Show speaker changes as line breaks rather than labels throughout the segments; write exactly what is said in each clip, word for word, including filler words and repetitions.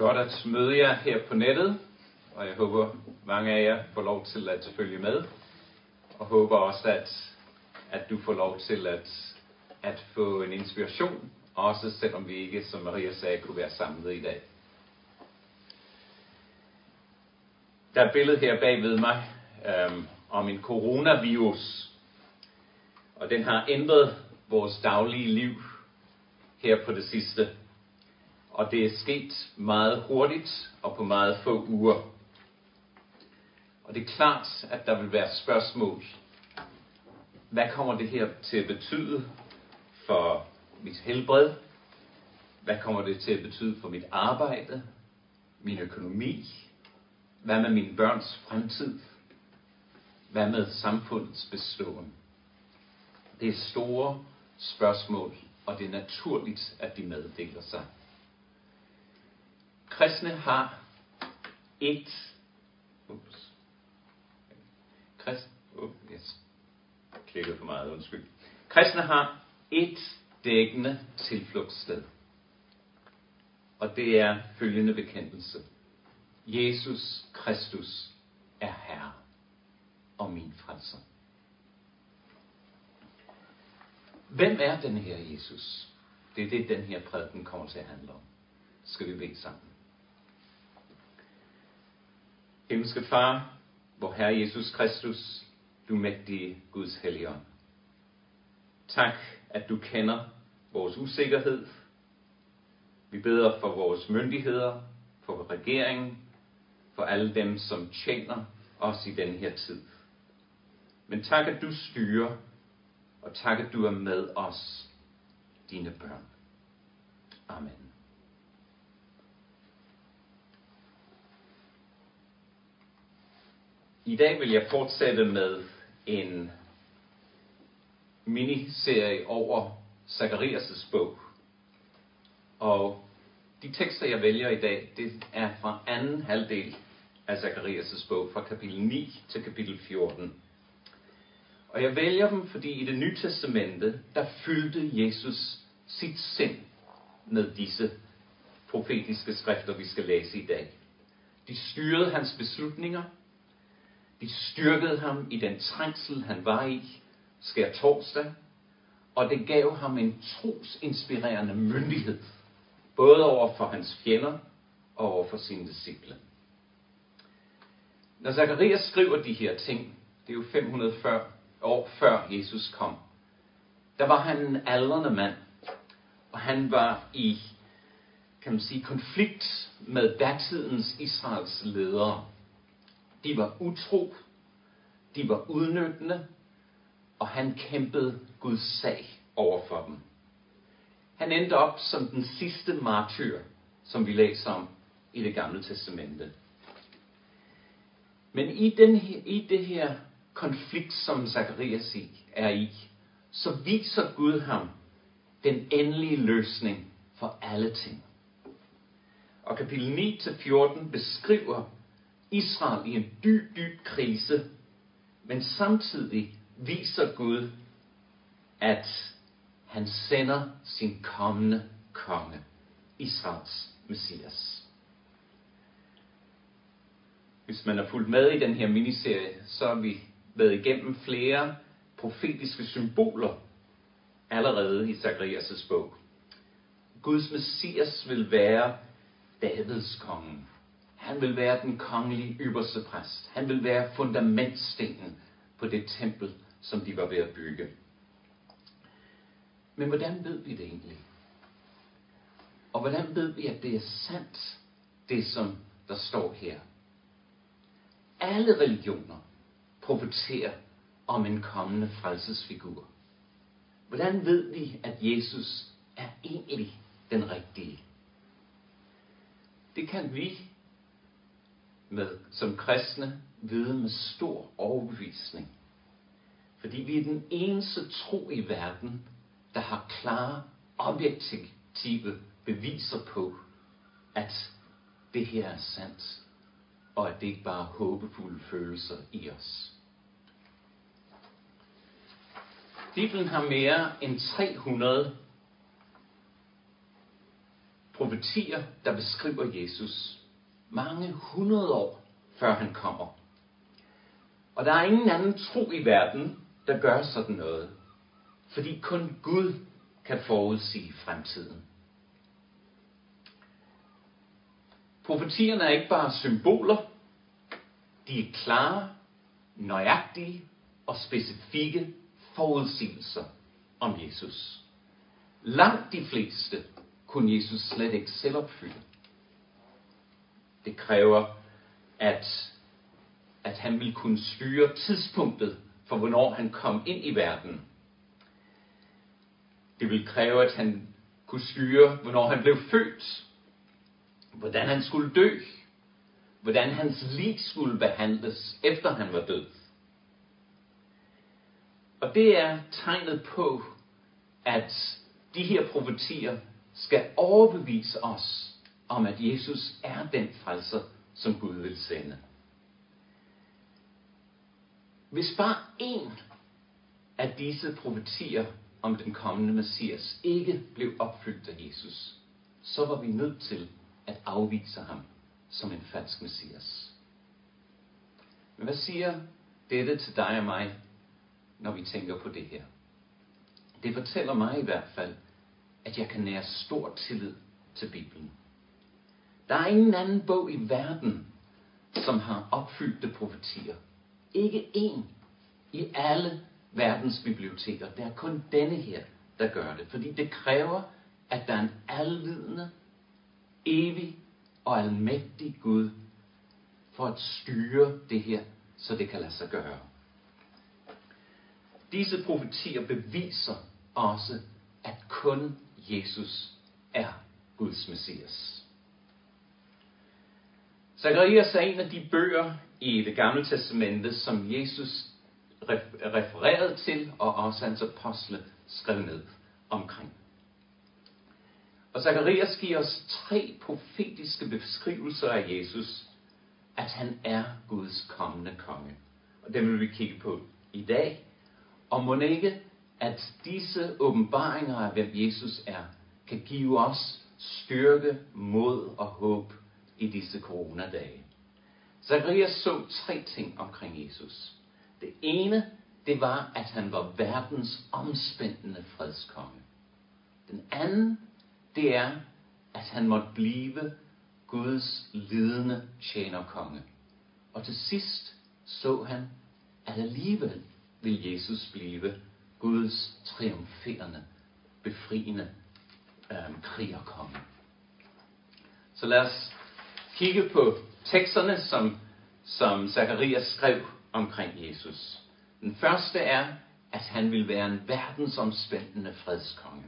godt at møde jer her på nettet, og jeg håber, mange af jer får lov til at følge med, og håber også, at, at du får lov til at, at få en inspiration, også selvom vi ikke, som Maria sagde, kunne være samlet i dag. Der er et billede her bagved mig øhm, om en coronavirus, og den har ændret vores daglige liv her på det sidste. Og det er sket meget hurtigt og på meget få uger. Og det er klart, at der vil være spørgsmål. Hvad kommer det her til at betyde for mit helbred? Hvad kommer det til at betyde for mit arbejde? Min økonomi? Hvad med mine børns fremtid? Hvad med samfundets beståen? Det er store spørgsmål, og det er naturligt, at de meddeler sig. Kristne har et ups, Krist, uh, yes. klikkede for meget, undskyld. Kristne har et dækkende tilflugtssted. Og det er følgende bekendelse. Jesus Kristus er Herre og min frelser. Hvem er den her Jesus? Det er det, den her prædiken kommer til at handle om. Skal vi bede sammen. Himmelske Far, vor Herre Jesus Kristus, du mægtige Guds Helligånd. Tak, at du kender vores usikkerhed. Vi beder for vores myndigheder, for regeringen, for alle dem, som tjener os i denne her tid. Men tak, at du styrer, og tak, at du er med os, dine børn. Amen. I dag vil jeg fortsætte med en miniserie over Zakarias' bog. Og de tekster, jeg vælger i dag, det er fra anden halvdel af Zakarias' bog, fra kapitel ni til kapitel fjorten. Og jeg vælger dem, fordi i det nye testamente, der fyldte Jesus sit sind med disse profetiske skrifter, vi skal læse i dag. De styrede hans beslutninger. De styrkede ham i den trængsel, han var i, skær torsdag, og det gav ham en trosinspirerende myndighed, både over for hans fjender og over for sine disciple. Når Zakarias skriver de her ting, det er jo fem hundrede år før Jesus kom, der var han en aldrende mand, og han var i, kan man sige, konflikt med datidens Israels ledere. De var utro, de var udnyttende, og han kæmpede Guds sag over for dem. Han endte op som den sidste martyr, som vi læser om i det gamle testamente. Men i, den her, i det her konflikt, som Zakarias er i, så viser Gud ham den endelige løsning for alle ting. Og kapitel ni til fjorten beskriver Israel i en dyb, dyb krise, men samtidig viser Gud, at han sender sin kommende konge, Israels Messias. Hvis man er fulgt med i den her miniserie, så har vi været igennem flere profetiske symboler allerede i Zakarias' bog. Guds Messias vil være Davids konge. Han vil være den kongelige ypperste præst. Han vil være fundamentstenen på det tempel, som de var ved at bygge. Men hvordan ved vi det egentlig? Og hvordan ved vi, at det er sandt, det som der står her? Alle religioner profeterer om en kommende frelsesfigur. Hvordan ved vi, at Jesus er egentlig den rigtige? Det kan vi med, som kristne vide med stor overbevisning. Fordi vi er den eneste tro i verden, der har klare, objektive beviser på, at det her er sandt, og at det ikke bare er håbefulde følelser i os. Bibelen har mere end tre hundrede profetier, der beskriver Jesus mange hundrede år før han kommer. Og der er ingen anden tro i verden, der gør sådan noget. Fordi kun Gud kan forudsige fremtiden. Profetierne er ikke bare symboler. De er klare, nøjagtige og specifikke forudsigelser om Jesus. Langt de fleste kunne Jesus slet ikke selv opfylde. Det kræver, at, at han ville kunne styre tidspunktet for, hvornår han kom ind i verden. Det ville kræve, at han kunne styre, hvornår han blev født, hvordan han skulle dø, hvordan hans lig skulle behandles, efter han var død. Og det er tegnet på, at de her profetier skal overbevise os om, at Jesus er den frelser, som Gud vil sende. Hvis bare én af disse profetier om den kommende Messias ikke blev opfyldt af Jesus, så var vi nødt til at afvise ham som en falsk Messias. Men hvad siger dette til dig og mig, når vi tænker på det her? Det fortæller mig i hvert fald, at jeg kan nære stor tillid til Bibelen. Der er ingen anden bog i verden, som har opfyldte profetier. Ikke én i alle verdens biblioteker. Det er kun denne her, der gør det. Fordi det kræver, at der er en alvidende, evig og almægtig Gud for at styre det her, så det kan lade sig gøre. Disse profetier beviser også, at kun Jesus er Guds Messias. Zakarias er en af de bøger i det gamle testamente, som Jesus refererede til, og også hans apostle skrev ned omkring. Og Zakarias giver os tre profetiske beskrivelser af Jesus, at han er Guds kommende konge. Og det vil vi kigge på i dag. Og må ikke, at disse åbenbaringer af, hvem Jesus er, kan give os styrke, mod og håb i disse coronadage. Zakarias så tre ting omkring Jesus. Det ene, det var, at han var verdens omspændende fredskonge. Den anden, det er, at han måtte blive Guds lidende tjenerkonge. Og til sidst så han, at alligevel vil Jesus blive Guds triumferende, befriende øhm, krigerkonge. Så lad os kigge på teksterne, som, som Zakarias skrev omkring Jesus. Den første er, at han vil være en verdensomspændende fredskonge.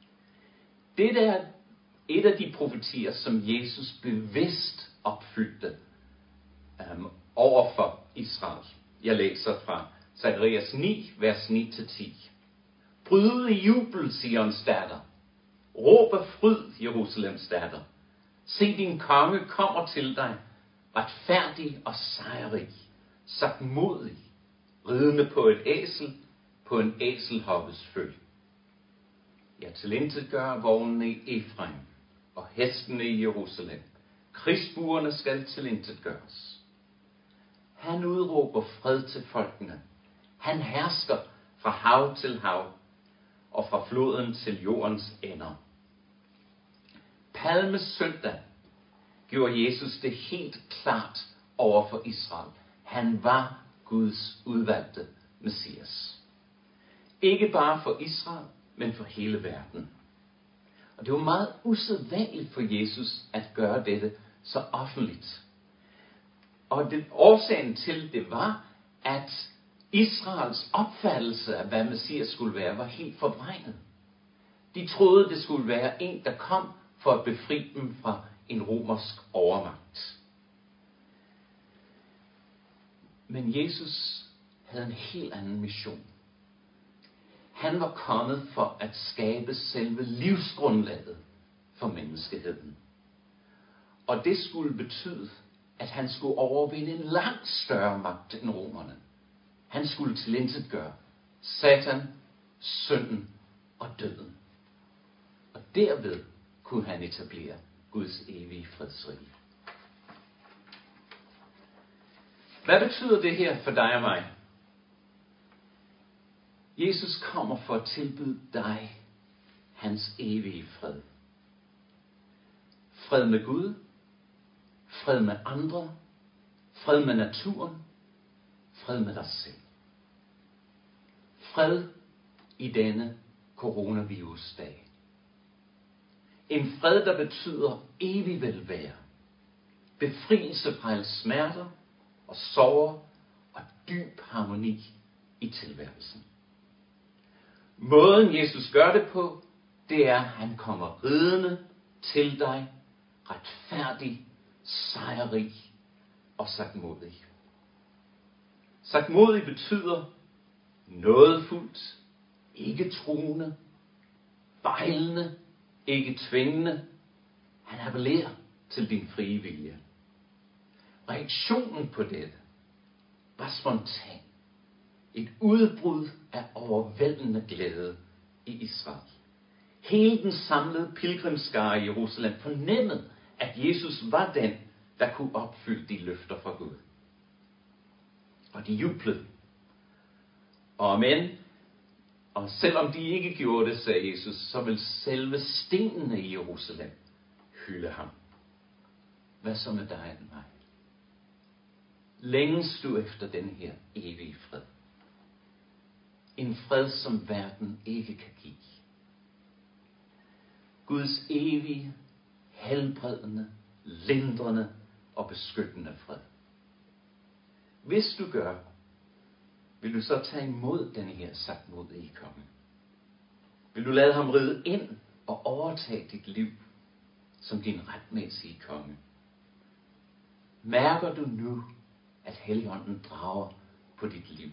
Det er et af de profetier, som Jesus bevidst opfyldte øhm, over for Israel. Jeg læser fra Zakarias ni, vers ni til ti. Bryd i jubel, Sions datter. Råb af fryd, Jerusalems datter. Se, din konge kommer til dig, retfærdig og sejrrig, sagtmodig, ridende på et æsel, på en æselhoppes føl. Jeg tilintetgør vognene i Efraim og hestene i Jerusalem. Krigsbuerne skal tilintetgøres. Han udråber fred til folkene. Han hersker fra hav til hav og fra floden til jordens ender. Palmes søndag gjorde Jesus det helt klart over for Israel. Han var Guds udvalgte Messias. Ikke bare for Israel, men for hele verden. Og det var meget usædvanligt for Jesus at gøre dette så offentligt. Og det, årsagen til det var, at Israels opfattelse af, hvad Messias skulle være, var helt forvrænget. De troede, det skulle være en, der kom for at befri dem fra en romersk overmagt. Men Jesus havde en helt anden mission. Han var kommet for at skabe selve livsgrundlaget for menneskeheden. Og det skulle betyde, at han skulle overvinde en langt større magt end romerne. Han skulle tilintetgøre Satan, synden og døden. Og derved kunne han etablere Guds evige fredsrige. Hvad betyder det her for dig og mig? Jesus kommer for at tilbyde dig hans evige fred. Fred med Gud, fred med andre, fred med naturen, fred med dig selv. Fred i denne coronavirusdag. En fred, der betyder evig velvære. Befrielse fra alle smerter og sorger og dyb harmoni i tilværelsen. Måden Jesus gør det på, det er, at han kommer ridende til dig, retfærdig, sejrrig og sagtmodig. Sagtmodig betyder nådefuldt, ikke truende, bejlende, ikke tvingende. Han appellerer til din frie vilje. Reaktionen på dette var spontan. Et udbrud af overvældende glæde i Israel. Hele den samlede pilgrimsskare i Jerusalem fornemmede, at Jesus var den, der kunne opfylde de løfter fra Gud. Og de jublede. Og amen, og selvom de ikke gjorde det, sagde Jesus, så vil selve stenene i Jerusalem hylde ham. Hvad så med dig og mig? Længes du efter den her evige fred? En fred, som verden ikke kan give. Guds evige, helbredende, lindrende og beskyttende fred. Hvis du gør, vil du så tage imod denne her sagtmodige konge? Vil du lade ham ride ind og overtage dit liv som din retmæssige konge? Mærker du nu, at Helligånden drager på dit liv?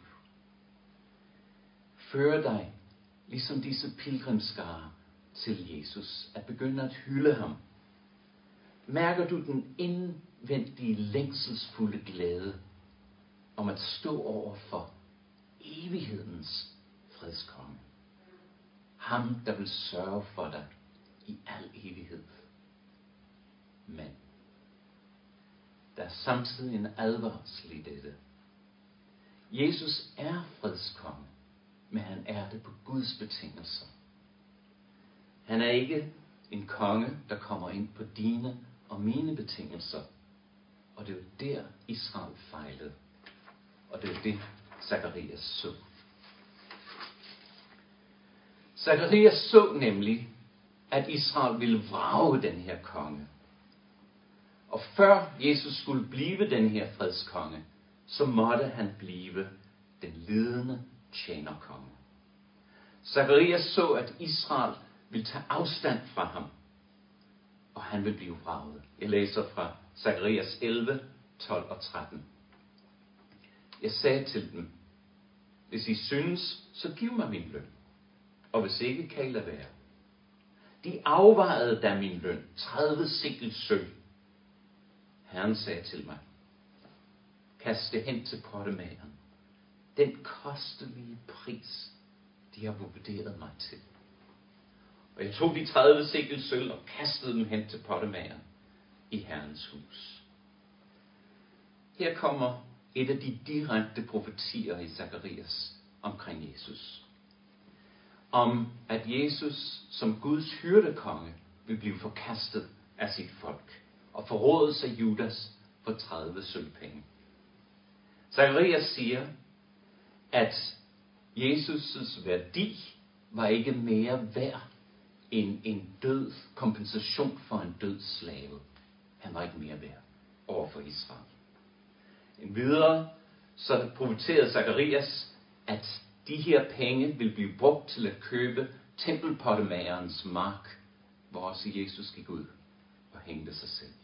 Fører dig, ligesom disse pilgrimsskarer, til Jesus, at begynde at hylde ham? Mærker du den indvendige, længselsfulde glæde om at stå over for evighedens fredskonge? Ham, der vil sørge for dig i al evighed. Men der er samtidig en advarsel i dette. Jesus er fredskonge, men han er det på Guds betingelser. Han er ikke en konge, der kommer ind på dine og mine betingelser. Og det er jo der, Israel fejlede. Og det er det, Zakarias så. Zakarias så nemlig, at Israel ville vrage den her konge. Og før Jesus skulle blive den her fredskonge, så måtte han blive den lidende tjenerkonge. Zakarias så, at Israel ville tage afstand fra ham, og han vil blive vraget. Jeg læser fra Zakarias elleve, tolv og tretten. Jeg sagde til dem, hvis I synes, så giv mig min løn, og hvis ikke, kan I lade være. De afvejede da min løn, tredive sikkel sølv. Herren sagde til mig, kast det hen til pottemageren, den kostelige pris, de har vurderet mig til. Og jeg tog de tredive sikkel sølv og kastede dem hen til pottemageren i Herrens hus. Her kommer et af de direkte profetier i Zakarias omkring Jesus. Om at Jesus som Guds hyrdekonge vil blive forkastet af sit folk og forrådes af Judas for tredive sølvpenge. Zakarias siger, at Jesus' værdi var ikke mere værd end en død kompensation for en død slave. Han var ikke mere værd over for Israel. En videre så profeterede Zakarias, at de her penge vil blive brugt til at købe tempelpottemagerens mark, hvor også Jesus gik ud og hængte sig selv.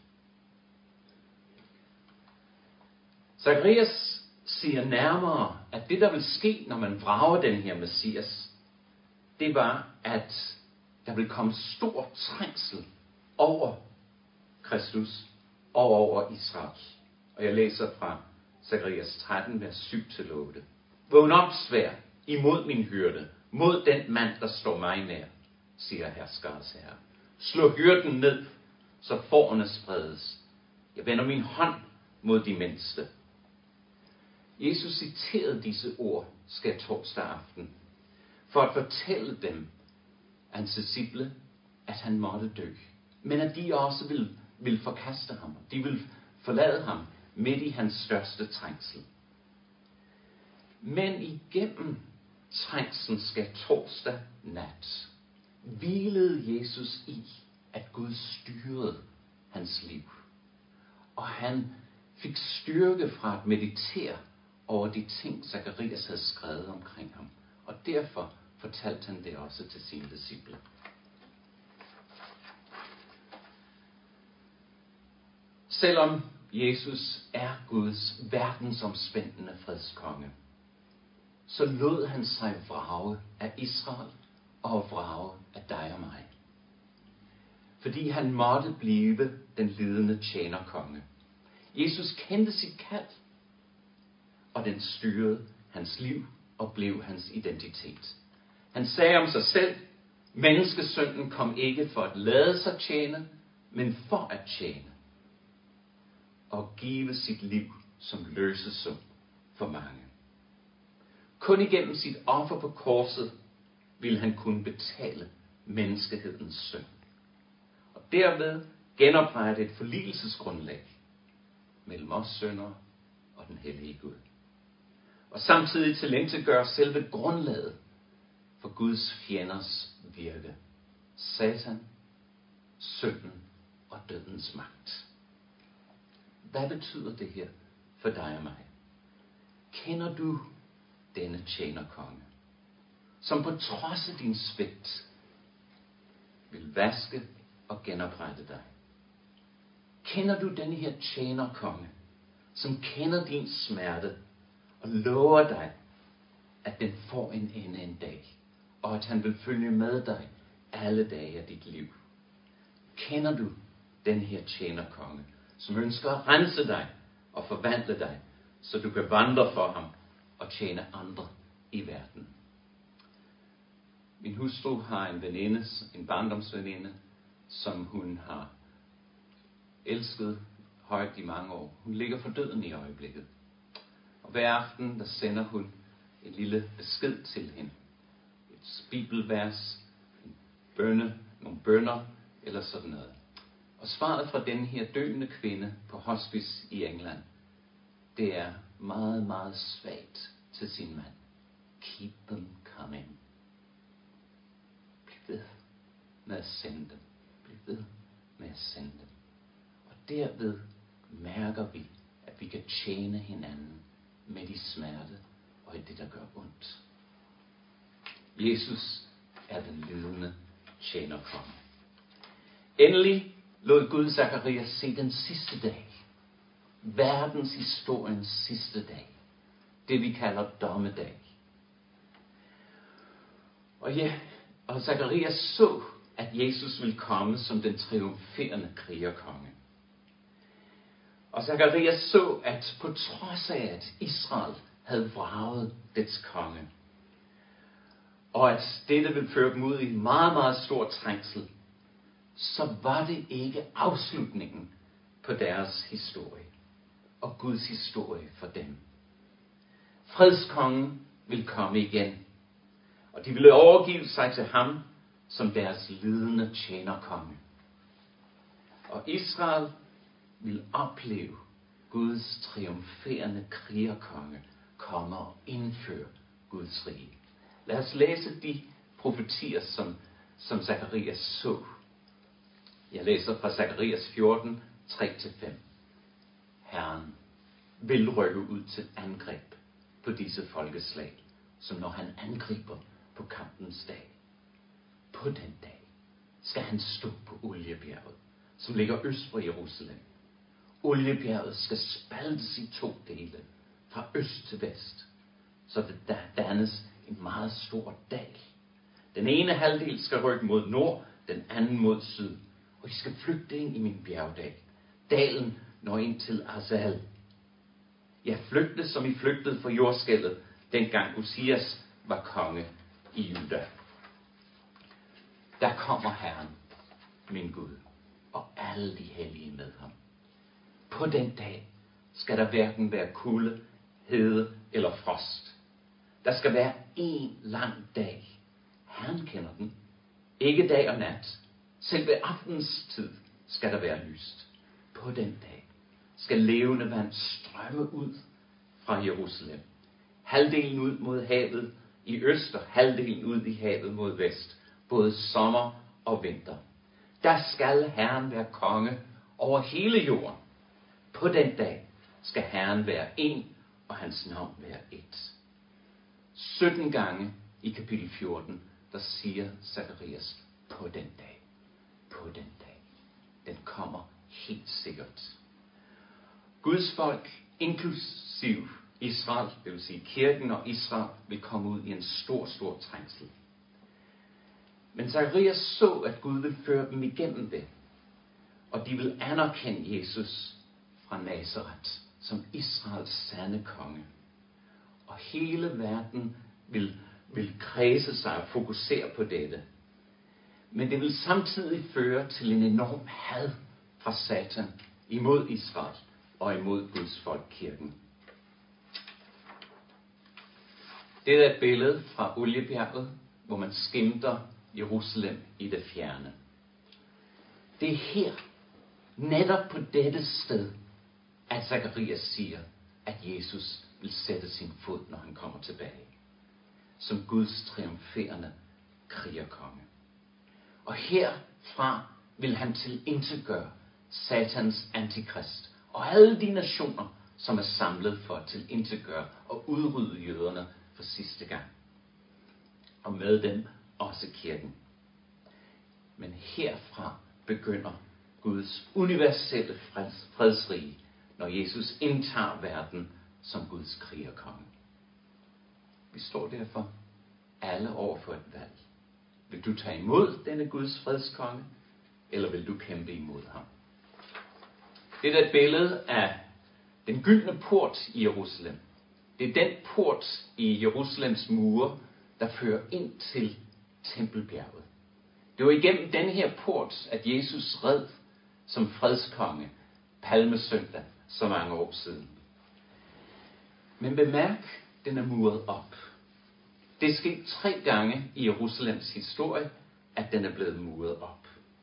Zakarias siger nærmere, at det der vil ske, når man vrager den her Messias, det var, at der vil komme stor trængsel over Kristus og over Israel. Og jeg læser fra Zakarias tretten, vers syv til otte. Vågn op, sværd, imod min hyrde, mod den mand, der står mig nær, siger herskers herre. Slå hyrden ned, så fårene spredes. Jeg vender min hånd mod de mindste. Jesus citerede disse ord skærtorsdag aften, for at fortælle dem, hans disciple, at han måtte dø. Men at de også ville, ville forkaste ham. De ville forlade ham midt i hans største trængsel. Men igennem trængslen skærtorsdag nat, hvilede Jesus i, at Gud styrede hans liv. Og han fik styrke fra at meditere over de ting, Zakarias havde skrevet omkring ham. Og derfor fortalte han det også til sine disciple. Selvom Jesus er Guds verdensomspændende fredskonge, så lod han sig vrage af Israel og vrage af dig og mig. Fordi han måtte blive den lidende tjenerkonge. Jesus kendte sit kald, og den styrede hans liv og blev hans identitet. Han sagde om sig selv, menneskesønnen kom ikke for at lade sig tjene, men for at tjene. Og give sit liv som løsesum for mange. Kun igennem sit offer på korset ville han kunne betale menneskehedens synd. Og derved genoprette et forligelsesgrundlag mellem os syndere og den hellige Gud. Og samtidig tilintetgøre selve grundlaget for Guds fjenders virke. Satan, synden og dødens magt. Hvad betyder det her for dig og mig? Kender du denne tjenerkonge, som på trods af din svigt vil vaske og genoprette dig? Kender du denne her tjenerkonge, som kender din smerte og lover dig, at den får en ende en dag, og at han vil følge med dig alle dage af dit liv? Kender du den her tjenerkonge, som ønsker at rense dig og forvandle dig, så du kan vandre for ham og tjene andre i verden? Min hustru har en veninde, en barndomsveninde, som hun har elsket højt i mange år. Hun ligger for døden i øjeblikket. Og hver aften, der sender hun en lille besked til hende. Et bibelvers, en bønne, nogle bønner eller sådan noget. Og svaret fra den her døende kvinde på hospice i England, det er meget, meget svagt til sin mand. Keep them coming. Bliv ved med at sende dem. Bliv ved med at sende dem. Og derved mærker vi, at vi kan tjene hinanden med de smerte og i det, der gør ondt. Jesus er den lidende tjenerkonge. Endelig lod Gud Zakarias se den sidste dag. Verdens historiens sidste dag. Det vi kalder dommedag. Og ja, og Zakarias så, at Jesus ville komme som den triumferende krigerkonge. Og Zakarias så, at på trods af, at Israel havde vraget dets konge, og at dette ville føre dem ud i en meget, meget stor trængsel, så var det ikke afslutningen på deres historie og Guds historie for dem. Fredskongen ville komme igen, og de ville overgive sig til ham som deres lidende tjenerkonge. Og Israel ville opleve Guds triumferende krigerkonge komme og indføre Guds rige. Lad os læse de profetier, som, som Zakarias så. Jeg læser fra Zakarias fjorten, tre til fem. Herren vil rykke ud til angreb på disse folkeslag, som når han angriber på kampens dag. På den dag skal han stå på Oliebjerget, som ligger øst for Jerusalem. Oliebjerget skal spaltes i to dele, fra øst til vest, så det dannes en meget stor dal. Den ene halvdel skal rykke mod nord, den anden mod syd, og I skal flygte ind i min bjergdal. Dalen når ind til Azal. Jeg flygtede, som I flygtede fra jordskælvet, dengang Uzias var konge i Juda. Der kommer Herren. min Gud, og alle de hellige med ham. På den dag skal der hverken være kulde, hede eller frost. Der skal være en lang dag. Herren kender den. Ikke dag og nat. Selv ved aftens tid skal der være lyst. På den dag skal levende vand strømme ud fra Jerusalem. Halvdelen ud mod havet i øst og halvdelen ud i havet mod vest. Både sommer og vinter. Der skal Herren være konge over hele jorden. På den dag skal Herren være en, og hans navn være et. sytten gange i kapitel fjorten, der siger Zakarias, på den dag, på den dag. Den kommer helt sikkert. Guds folk, inklusiv Israel, det vil sige kirken og Israel, vil komme ud i en stor, stor trængsel. Men Zakarias så, at Gud vil føre dem igennem det, og de vil anerkende Jesus fra Nazaret som Israels sande konge. Og hele verden vil, vil kredse sig og fokusere på dette. Men det vil samtidig føre til en enorm had fra Satan imod Israel og imod Guds folk, kirken. Det er et billede fra Oliebjerget, hvor man skimter Jerusalem i det fjerne. Det er her, netop på dette sted, at Zakarias siger, at Jesus vil sætte sin fod, når han kommer tilbage. Som Guds triumferende krigerkonge. Og herfra vil han tilintetgøre Satans antikrist og alle de nationer, som er samlet for at tilintetgøre og udrydde jøderne for sidste gang. Og med dem også kirken. Men herfra begynder Guds universelle fredsrige, når Jesus indtager verden som Guds krigerkonge. Vi står derfor alle over for et valg. Vil du tage imod denne Guds fredskonge, eller vil du kæmpe imod ham? Det er et billede af den gyldne port i Jerusalem. Det er den port i Jerusalems mure, der fører ind til Tempelbjerget. Det var igennem den her port, at Jesus red som fredskonge palmesøndag så mange år siden. Men bemærk, den er muret op. Det er sket tre gange i Jerusalems historie, at den er blevet muret op.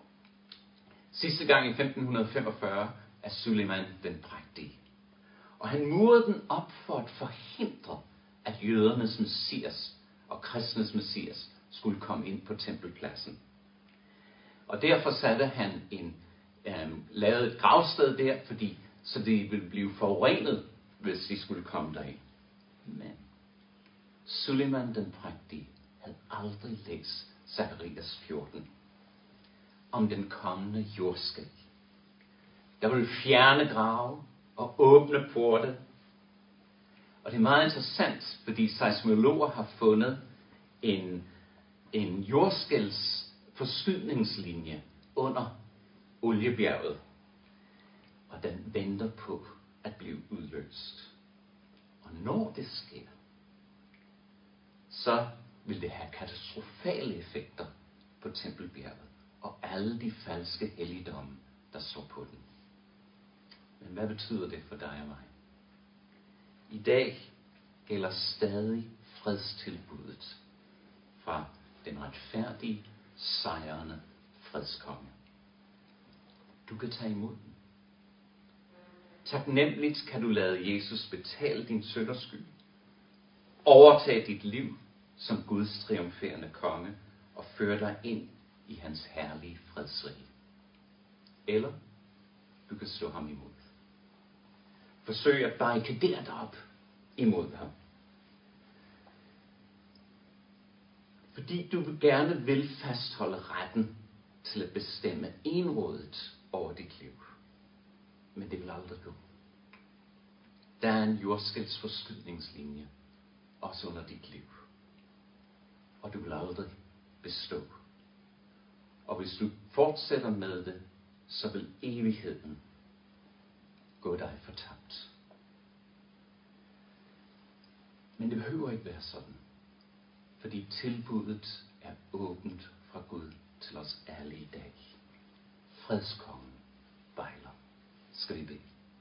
Sidste gang i femten femogfyrre er Suleiman den prægtige. Og han murede den op for at forhindre, at jødernes messias og kristnes messias skulle komme ind på tempelpladsen. Og derfor satte han en, øh, lavede et gravsted der, fordi, så det ville blive forurenet, hvis de skulle komme derind. Men Suleiman den prægtige havde aldrig læst Zakarias fjorten om den kommende jordskælv. Der ville fjerne grave og åbne porte. Og det er meget interessant, fordi seismologer har fundet en, en jordskælvs forskydningslinje under Oliebjerget. Og den venter på at blive udløst. Og når det sker, så vil det have katastrofale effekter på Tempelbjerget og alle de falske helligdomme, der står på den. Men hvad betyder det for dig og mig? I dag gælder stadig fredstilbuddet fra den retfærdige, sejrende fredskonge. Du kan tage imod den. Taknemmeligt kan du lade Jesus betale din synders skyld. Overtage dit liv som Guds triumferende konge og føre dig ind i hans herlige fredsrige. Eller du kan stå ham imod. Forsøg at barrikadere dig op imod ham. Fordi du gerne vil fastholde retten til at bestemme enrådet over dit liv. Men det vil aldrig gå. Der er en jordskælvsforskydningslinje også under dit liv. Og du vil aldrig bestå. Og hvis du fortsætter med det, så vil evigheden gå dig fortabt. Men det behøver ikke være sådan. Fordi tilbuddet er åbent fra Gud til os alle i dag. fredskongen bejler. Skal vi bede.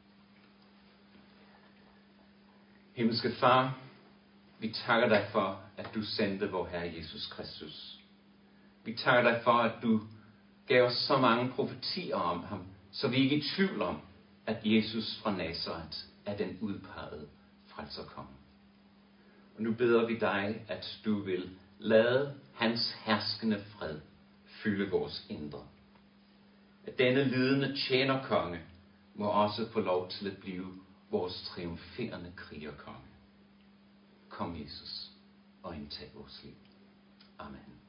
Himmelske Far, vi takker dig for, at du sendte vor Herre Jesus Kristus. Vi takker dig for, at du gav os så mange profetier om ham, så vi ikke er i tvivl om, at Jesus fra Nazaret er den udpegede frelserkonge. Og nu beder vi dig, at du vil lade hans herskende fred fylde vores indre. At denne lidende tjenerkonge må også få lov til at blive vores triumferende krigerkonge. Kom, Jesus, og indtag vores liv. Amen.